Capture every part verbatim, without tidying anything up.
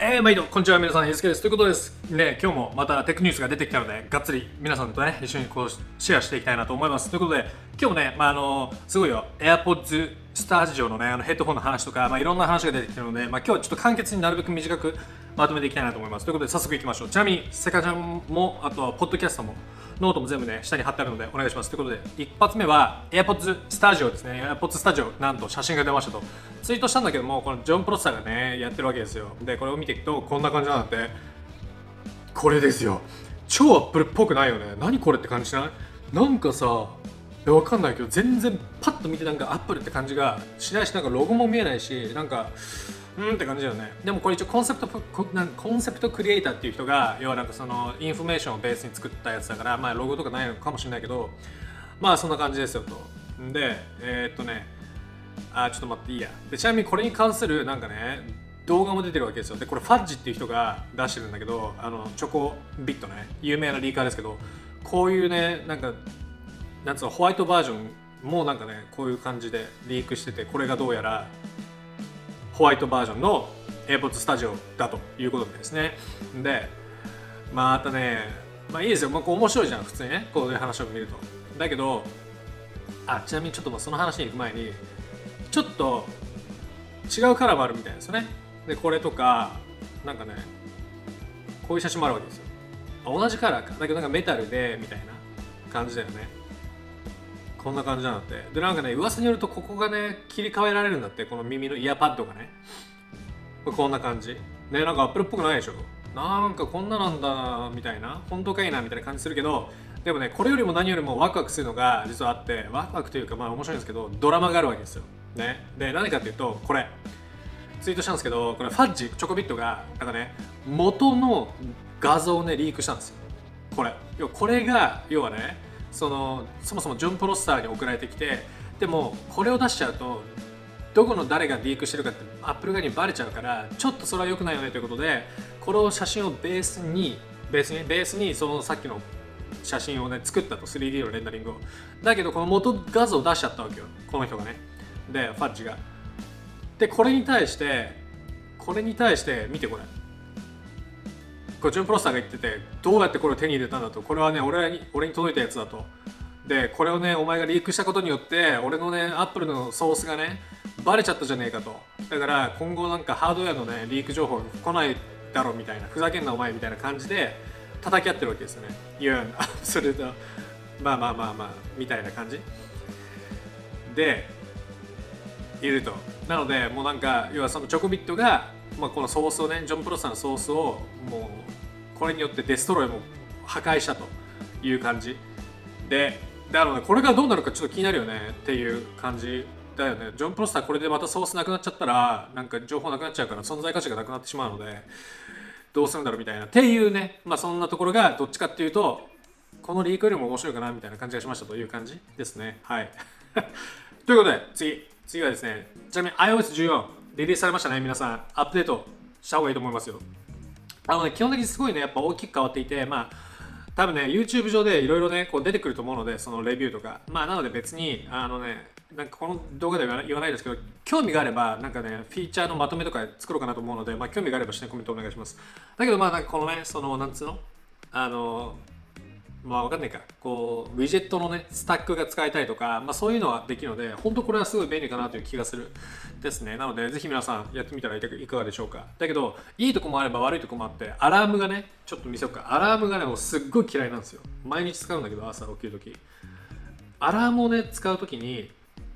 えー、毎度こんにちは、皆さん、ゆうすけです。ということですね、今日もまたテックニュースが出てきたので、がっつり皆さんとね、一緒にこうシェアしていきたいなと思います。ということで、今日もね、まあ、あのすごいよ、AirPods Studio のね、あのヘッドホンの話とか、まあ、いろんな話が出てきてるので、まあ、今日はちょっと簡潔になるべく短くまとめていきたいなと思います。ということで、早速いきましょう。ちなみに、セカちゃんも、あとはポッドキャストも、ノートも全部ね、下に貼ってあるのでお願いします。ということで、一発目は AirPods Studio ですね。AirPods Studio、なんと写真が出ましたと。ツイートしたんだけども、このジョン・プロッサーがね、やってるわけですよ。で、これを見ていくと、こんな感じなんだって。これですよ。超アップルっぽくないよね。何これって感じしない？なんかさ、わかんないけど、全然パッと見てなんかアップルって感じがしないし、なんかロゴも見えないし、なんか、うんって感じだよね。でもこれ一応コンセプトコなんかコンセプトクリエイターっていう人が、要はなんかそのインフォメーションをベースに作ったやつだから、まあロゴとかないのかもしれないけど、まあそんな感じですよと。で、えー、っとね、あ、ちょっと待っていいや。で、ちなみにこれに関するなんかね、動画も出てるわけですよ。で、これファッジっていう人が出してるんだけど、あのチョコビットね、有名なリーカーですけど、こういうね、なんか、なんつうの、ホワイトバージョンもなんかね、こういう感じでリークしてて、これがどうやらホワイトバージョンの AirPods Studio だということでですね。で、またね、まあいいですよ。まあ、こう面白いじゃん、普通にね、こういう話を見ると。だけど、あ、ちなみにちょっともうその話に行く前に、ちょっと違うカラーもあるみたいですよね。で、これとか、なんかね、こういう写真もあるわけですよ。同じカラーか。だけどなんかメタルで、みたいな感じだよね。こんな感じなんだって。で、なんかね、噂によるとここがね、切り替えられるんだって。この耳のイヤーパッドがね。こんな感じ。ね、なんかアップルっぽくないでしょ。なんかこんななんだ、みたいな。本当かいな、みたいな感じするけど、でもね、これよりも何よりもワクワクするのが実はあって、ワクワクというかまあ面白いんですけど、ドラマがあるわけですよ。ね。で、何かっていうと、これ。ツイートしたんですけど、これファッジ、チョコビットが、なんかね、元の画像をね、リークしたんですよ。これ。要はこれが、要はね、その、そもそもジョン・プロッサーに送られてきて、でも、これを出しちゃうと、どこの誰がリークしてるかってアップル側にバレちゃうから、ちょっとそれは良くないよねということで、この写真をベースに、ベースに、ベースにそのさっきの写真をね、作ったと、スリーディー のレンダリングを。だけど、この元画像を出しちゃったわけよ。この人がね。で、ファッジが。で、これに対して、これに対して、見てこれ。これ、ジョン・プロッサーが言ってて、どうやってこれを手に入れたんだと。これはね、俺に、俺に届いたやつだと。で、これをね、お前がリークしたことによって、俺のね、アップルのソースがね、バレちゃったじゃねえかと。だから、今後なんかハードウェアのね、リーク情報来ないだろみたいな、ふざけんなお前みたいな感じで、叩き合ってるわけですよね。いや、それと、まあまあまあまあ、みたいな感じ。で、いると。なので、もうなんか、要はそのチョコビットが、まあ、このソースをね、ジョン・プロッサーのソースを、もう、これによってデストロイも破壊したという感じ。で、だからね、これがどうなるかちょっと気になるよねっていう感じだよね。ジョン・プロッサーこれでまたソースなくなっちゃったら、なんか情報なくなっちゃうから存在価値がなくなってしまうので、どうするんだろうみたいな。っていうね、まあそんなところがどっちかっていうと、このリークよりも面白いかなみたいな感じがしましたという感じですね。はい。ということで、次。次はですね、ちなみに アイオーエスじゅうよん リリースされましたね、皆さん。アップデートした方がいいと思いますよ。あのね、基本的にすごいね、やっぱ大きく変わっていて、まあ、多分ね、YouTube 上でいろいろね、こう出てくると思うので、そのレビューとか。まあ、なので別に、あのね、なんかこの動画では言わないですけど、興味があれば、なんかね、フィーチャーのまとめとか作ろうかなと思うので、まあ、興味があればしてコメントお願いします。だけど、まあ、なんかこのね、その、なんつうのあの、まあわかんないか、こう、ウィジェットのね、スタックが使えたりとか、まあそういうのはできるので、本当これはすごい便利かなという気がするですね。なので、ぜひ皆さんやってみたらいかがでしょうか。だけど、いいとこもあれば悪いとこもあって、アラームがね、ちょっと見せようか。アラームがね、もうすっごい嫌いなんですよ。毎日使うんだけど、朝起きるとき。アラームをね、使うときに、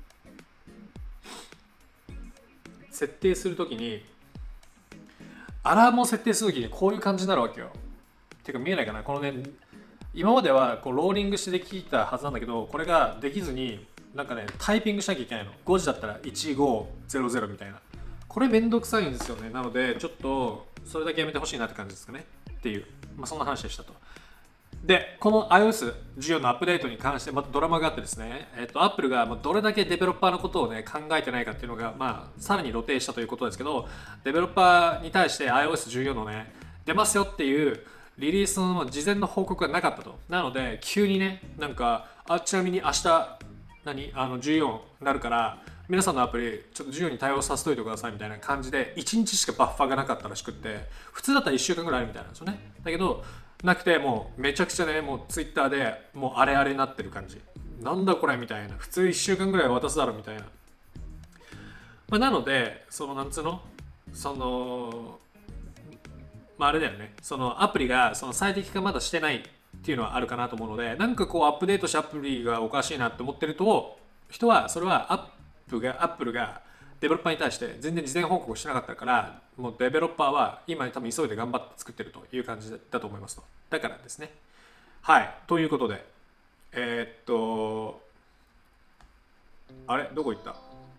設定するときに、アラームを設定するときにこういう感じになるわけよ。てか見えないかな、このね、今まではこうローリングしてできたはずなんだけど、これができずになんかね、タイピングしなきゃいけないの。ごじだったらいちごゼロゼロみたいな。これめんどくさいんですよね。なのでちょっとそれだけやめてほしいなって感じですかねっていう、まあ、そんな話でしたと。で、この アイオーエスじゅうよん のアップデートに関してまたドラマがあってですね、えっと、Apple がどれだけデベロッパーのことをね、考えてないかっていうのが、まあ、さらに露呈したということですけど、デベロッパーに対して アイオーエスじゅうよん のね、出ますよっていうリリースの事前の報告がなかったと。なので、急にね、なんか、あ、ちなみに明日、何あのじゅうよんになるから、 皆さんのアプリちょっと自由に対応させといてくださいみたいな感じでいちにちしかバッファーがなかったらしくって、普通だったらいっしゅうかんぐらいあるみたいなんですよね。だけどなくて、もうめちゃくちゃね、もうツイッターでもうあれあれになってる感じ。なんだこれみたいな、普通いっしゅうかんぐらい渡すだろみたいな。まあ、なのでそのなんつうのそのまああれだよね、そのアプリがその最適化まだしてないっていうのはあるかなと思うので、なんかこうアップデートしてアプリがおかしいなって思ってると人は、それはアップがアップルがデベロッパーに対して全然事前報告してなかったから、もうデベロッパーは今多分急いで頑張って作ってるという感じだと思いますと。だからですね。はい、ということでえー、っとあれどこ行った、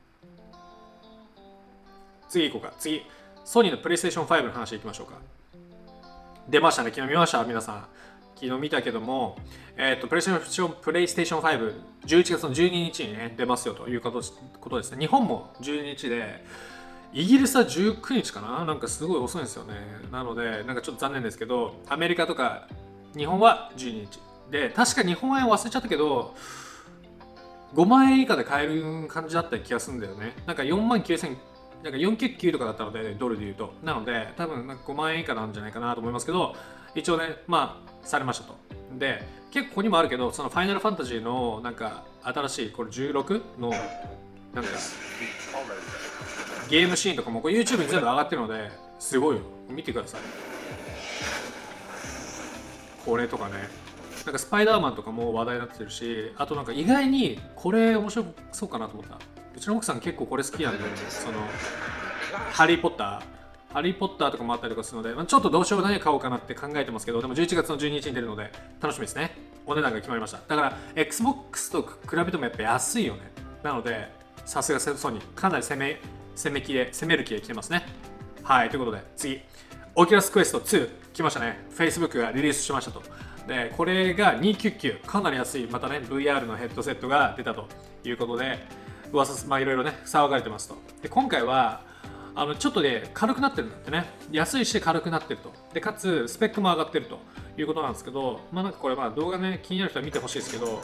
次行こうか。次ソニーのプレイステーションファイブの話いきましょうか。出ましたね。昨日見ました皆さん。昨日見たけども、えー、とプレイステーションプレイステーションファイブ、じゅういちがつのじゅうににちに、ね、出ますよということですね。日本もじゅうににちで、イギリスはじゅうくにちかな、なんかすごい遅いんですよね。なので、なんかちょっと残念ですけど、アメリカとか日本はじゅうににちで、確か日本円忘れちゃったけど、ごまんえん以下で買える感じだった気がするんだよね。なんかよんまんきゅうせん、なんかよんひゃくきゅうじゅうきゅうとかだったので、ドルで言うと。なので、多分なんかごまんえん以下なんじゃないかなと思いますけど、一応ね、まあ、されましたと。で、結構ここにもあるけど、そのファイナルファンタジーのなんか新しい、これじゅうろくの、なんか、ゲームシーンとかもこれ YouTube に全部上がってるので、すごいよ。見てください。これとかね。なんかスパイダーマンとかも話題になってるし、あとなんか意外にこれ面白そうかなと思った。うちの奥さん結構これ好きなんで、その、ハリー・ポッター、ハリー・ポッターとかもあったりとかするので、まあ、ちょっとどうしよう何買おうかなって考えてますけど、でもじゅういちがつのじゅうににちに出るので楽しみですね。お値段が決まりました。だから Xbox と比べてもやっぱ安いよね。なので、さすがソニー、かなり攻め、攻め気で、攻める気で来てますね。はい、ということで次、オキュラスクエストツー来ましたね。Facebook がリリースしましたと。で、これがにひゃくきゅうじゅうきゅう、かなり安い、またね、ブイアール のヘッドセットが出たということで、噂、まあいろいろね、騒がれてますと。で、今回は、あのちょっとね、軽くなってるんだってね。安いし軽くなってると。で、かつ、スペックも上がってるということなんですけど、まあなんかこれ、まあ動画ね、気になる人は見てほしいですけど、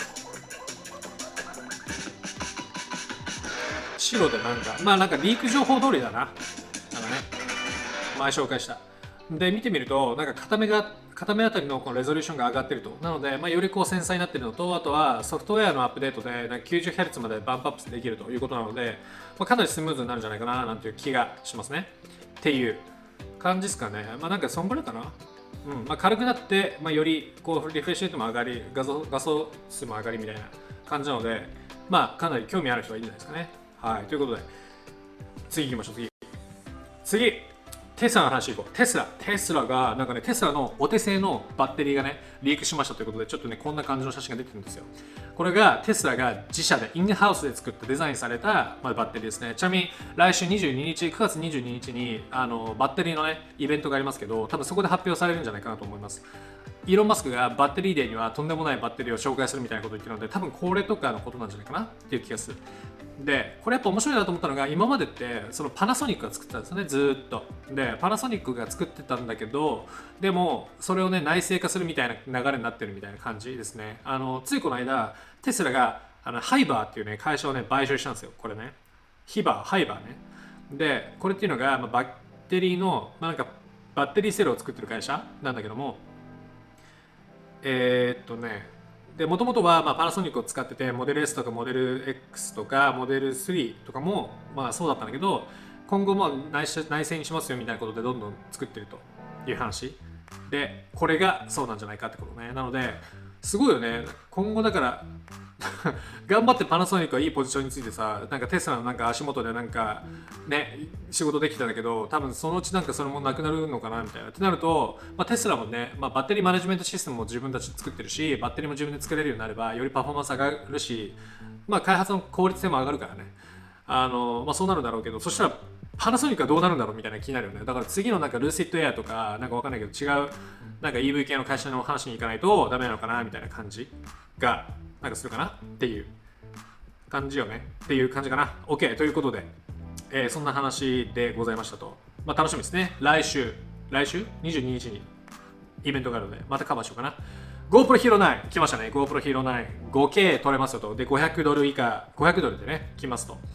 白でなんか、まあなんかリーク情報通りだな。なんかね、前紹介した。で、見てみると、なんか片目が、片目あたりのこのレゾリューションが上がってると。なので、まあ、よりこう繊細になってるのと、あとはソフトウェアのアップデートでなんか きゅうじゅうヘルツ までバンプアップできるということなので、まあ、かなりスムーズになるんじゃないかななんていう気がしますね。っていう感じですかね。まあなんかそんぐらいかな。うんまあ、軽くなって、まあ、よりこうリフレッシュレートも上がり、画像画素数も上がりみたいな感じなので、まあかなり興味ある人はいいんじゃないですかね。はい、ということで、次行きましょう、次。次テスラの話いこう。テスラ。テスラが、なんかね、テスラのお手製のバッテリーがね、リークしましたということで、ちょっとね、こんな感じの写真が出てるんですよ。これがテスラが自社で、インハウスで作ったデザインされた、まあ、バッテリーですね。ちなみに、来週にじゅうににち、くがつにじゅうににちに、あの、バッテリーのね、イベントがありますけど、多分そこで発表されるんじゃないかなと思います。イーロン・マスクがバッテリーデーにはとんでもないバッテリーを紹介するみたいなことを言ってるので、多分これとかのことなんじゃないかなっていう気がする。で、これやっぱ面白いなと思ったのが、今までってそのパナソニックが作ってたんですよね、ずーっと。で、パナソニックが作ってたんだけど、でもそれをね、内製化するみたいな流れになってるみたいな感じですね。あの、ついこの間、テスラがあのハイバーっていうね、会社をね、買収したんですよ、これね。ヒバー、ハイバーね。で、これっていうのが、まあ、バッテリーの、まあ、なんかバッテリーセルを作ってる会社なんだけども、えー、っとね、で、もともとはまあパナソニックを使ってて、モデル S とかモデル X とかモデルスリーとかもまあそうだったんだけど、今後も内内製にしますよみたいなことでどんどん作ってるという話で、これがそうなんじゃないかってことね。なので、すごいよね。今後だから頑張ってパナソニックはいいポジションについてさ、なんかテスラのなんか足元でなんかね、仕事できたんだけど、多分そのうちなんかそれもなくなるのかなみたいな。ってなると、まあ、テスラもね、まあ、バッテリーマネジメントシステムも自分たちで作ってるし、バッテリーも自分で作れるようになれば、よりパフォーマンス上がるし、まあ、開発の効率性も上がるからね。あの、まあ、そうなるんだろうけど、そしたらパナソニックはどうなるんだろうみたいな気になるよね。だから次のなんかルーシッドエアとか、なんかわかんないけど違うなんか イーブイ 系の会社の話に行かないとダメなのかなみたいな感じがなんかするかなっていう感じよねっていう感じかな。 OK ということで、えー、そんな話でございましたと。まあ楽しみですね。来週来週にじゅうににちにイベントがあるのでまたカバーしようかな。 GoPro Hero ナイン来ましたね。 GoPro Hero ナイン ごケー 撮れますよと。で ごひゃくドル以下ごひゃくドルでね来ますと。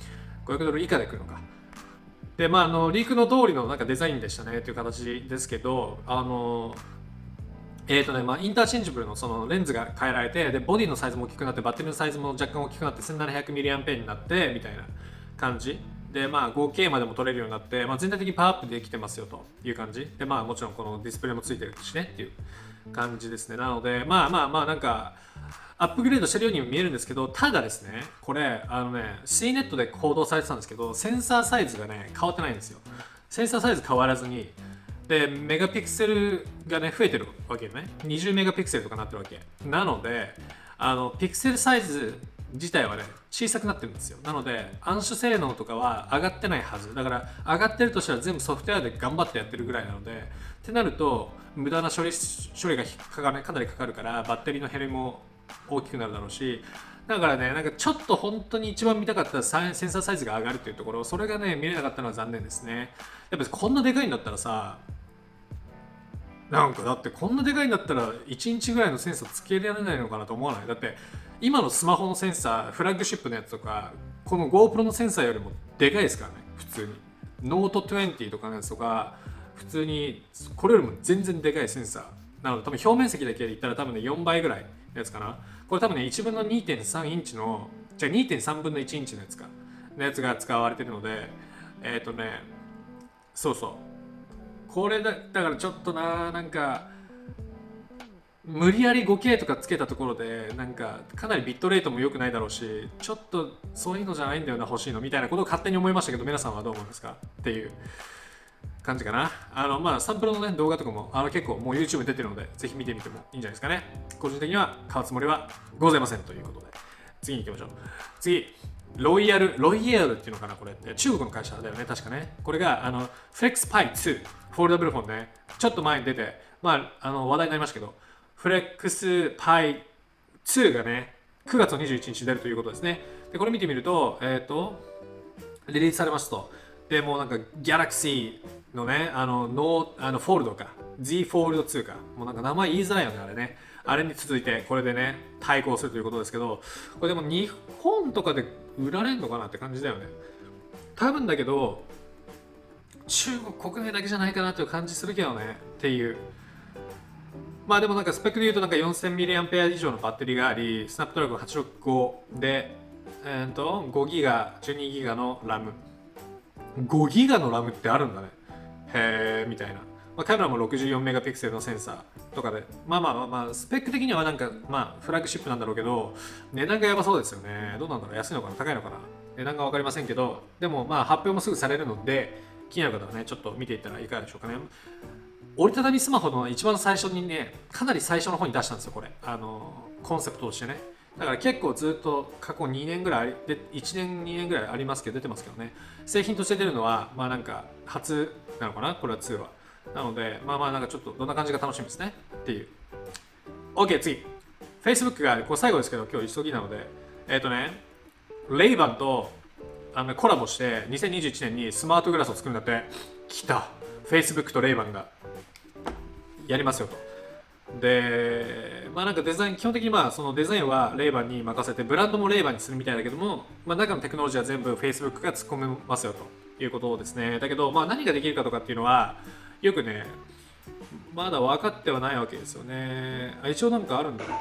ごひゃくドル以下で来るのか。で、まあ、あのリークの通りのなんかデザインでしたねっていう形ですけど、あのえーとねまあ、インターチェンジブルのそのレンズが変えられて、でボディのサイズも大きくなって、バッテリーのサイズも若干大きくなって せんななひゃくミリアンペアになってみたいな感じで、まあ、フォーケー までも撮れるようになって、まあ、全体的にパワーアップできてますよという感じで、まあ、もちろんこのディスプレイもついてるしねっていう感じですね。なのでまあまあまあなんかアップグレードしてるようにも見えるんですけど、ただですね、これあのね シーネット で報道されてたんですけど、センサーサイズがね変わってないんですよ。センサーサイズ変わらずに、でメガピクセルがね増えてるわけよね。にじゅうメガピクセルとかなってるわけなので、あのピクセルサイズ自体はね小さくなってるんですよ。なので暗守性能とかは上がってないはずだから、上がってるとしたら全部ソフトウェアで頑張ってやってるぐらいなので、ってなると無駄な処理処理がかか、ね、かなりかかるから、バッテリーの減りも大きくなるだろうし、だからね、なんかちょっと本当に一番見たかったセンサーサイズが上がるっていうところ、それがね見れなかったのは残念ですね。やっぱこんなでかいんだったらさ、なんかだってこんなでかいんだったらいちにちぐらいのセンサーつけられないのかなと思わない？だって今のスマホのセンサー、フラッグシップのやつとか、この GoPro のセンサーよりもでかいですからね、普通に。ノートにじゅうとかのやつとか、普通にこれよりも全然でかいセンサー。なので多分表面積だけで言ったら多分ねよんばいぐらいのやつかな。これ多分ねいちぶんの にてんさんインチの、じゃあ にてんさんぶんのいちインチのやつか。のやつが使われてるので、えっ、ー、とね、そうそう。これだ、だからちょっとな、なんか、無理やり フォーケー とかつけたところで、なんかかなりビットレートも良くないだろうし、ちょっとそういうのじゃないんだよな、欲しいのみたいなことを勝手に思いましたけど、皆さんはどう思いますかっていう感じかな。あの、まあ、サンプルのね、動画とかもあの結構もう YouTube に出てるので、ぜひ見てみてもいいんじゃないですかね。個人的には買うつもりはございませんということで、次に行きましょう。次。ロイヤル、ロイヤルっていうのかな、これって。中国の会社だよね、確かね。これが、あの、フレックスパイツー、フォールダブルフォンね、ちょっと前に出て、まあ、あの、話題になりましたけど、フレックスパイツーがね、くがつにじゅういちにち出るということですね。で、これ見てみると、えっ、ー、と、リリースされますと。で、もうなんか、ギャラクシーのね、あの、ノー、あの、フォールドか、Z フォールドツーか、もうなんか名前言いづらいよね、あれね。あれに続いて、これでね、対抗するということですけど、これでも日本とかで売られるのかなって感じだよね。多分だけど、中国国内だけじゃないかなという感じするけどね、っていう。まあでもなんかスペックで言うとなんか よんせんミリアンペア 以上のバッテリーがあり、スナップドラゴンはちろくごで、えー、とごギガ、じゅうにギガのラム。ごギガのラムってあるんだね。へーみたいな。まあ、カメラもろくじゅうよんメガピクセルのセンサーとかで、まあまあまあまあ、スペック的にはなんか、まあ、フラッグシップなんだろうけど、値段がやばそうですよね。どうなんだろう、安いのかな、高いのかな。値段が分かりませんけど、でもまあ、発表もすぐされるので、気になる方はね、ちょっと見ていったらいかがでしょうかね。折りたたみスマホの一番最初にね、かなり最初の方に出したんですよ、これ。あの、コンセプトとしてね。だから結構ずっと過去にねんぐらいで、いちねん、にねんぐらいありますけど、出てますけどね。製品として出るのは、まあなんか、初なのかな、これはツーは。なので、まあまあなんかちょっとどんな感じが楽しみですね。っていう。OK、次。Facebook が、これ最後ですけど、今日急ぎなので、えっ、ー、とね、レイバンとあのコラボして、にせんにじゅういちねんにスマートグラスを作るんだって、来た。Facebook とレイバンがやりますよと。で、まあなんかデザイン、基本的にまあそのデザインはレイバンに任せて、ブランドもレイバンにするみたいだけども、まあ中のテクノロジーは全部 Facebook が突っ込みますよということですね。だけど、まあ何ができるかとかっていうのは、よくね、まだ分かってはないわけですよね。あ、一応なんかあるんだ。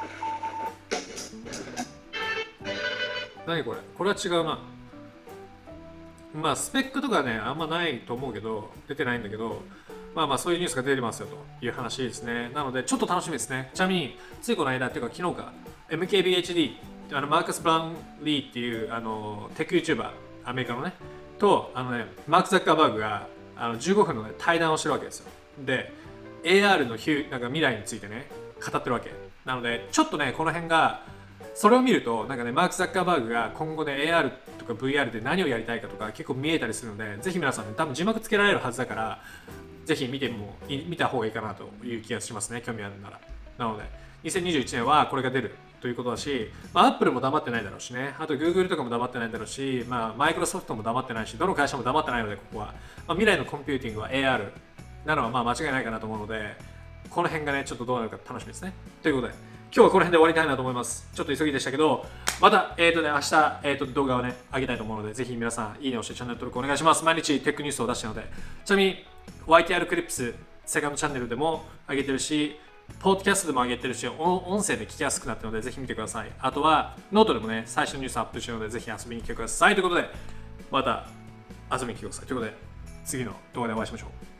何これ？これは違うな。まあスペックとかね、あんまないと思うけど、出てないんだけど、まあまあそういうニュースが出てますよという話ですね。なのでちょっと楽しみですね。ちなみに、ついこの間っていうか昨日か、エムケービーエイチディー、あのマーカス・ブラウンリーっていうあのテック YouTuber、アメリカのね、とあのね、マーク・ザッカーバーグがあのじゅうごふんの、ね、対談をしてるわけですよ。で、エーアール のヒュなんか未来についてね、語ってるわけ。なので、ちょっとね、この辺が、それを見ると、なんかね、マーク・ザッカーバーグが今後ね、エーアール とか ブイアール で何をやりたいかとか結構見えたりするので、ぜひ皆さんね、多分字幕つけられるはずだから、ぜひ見ても見た方がいいかなという気がしますね、興味あるなら。なので、にせんにじゅういちねんはこれが出るということだし、まあ、Apple も黙ってないだろうしね、あと Google とかも黙ってないだろうし、まあ、Microsoft も黙ってないし、どの会社も黙ってないので、ここは。まあ、未来のコンピューティングは エーアール なのはまあ間違いないかなと思うので、この辺がね、ちょっとどうなるか楽しみですね。ということで、 日はこの辺で終わりたいなと思います。ちょっと急ぎでしたけど、また、えっ、ー、とね、明日、えー、と動画をね、上げたいと思うので、ぜひ皆さん、いいねをしてチャンネル登録お願いします。毎日テックニュースを出してるので。ちなみに、ワイティーアール クリップス、セカンドチャンネルでも上げてるし、ポッドキャストでも上げてるし、音声で聞きやすくなってるので、ぜひ見てください。あとは、ノートでもね、最初のニュースアップしてるので、ぜひ遊びに来てください。ということで、また遊びに来てください。ということで、次の動画でお会いしましょう。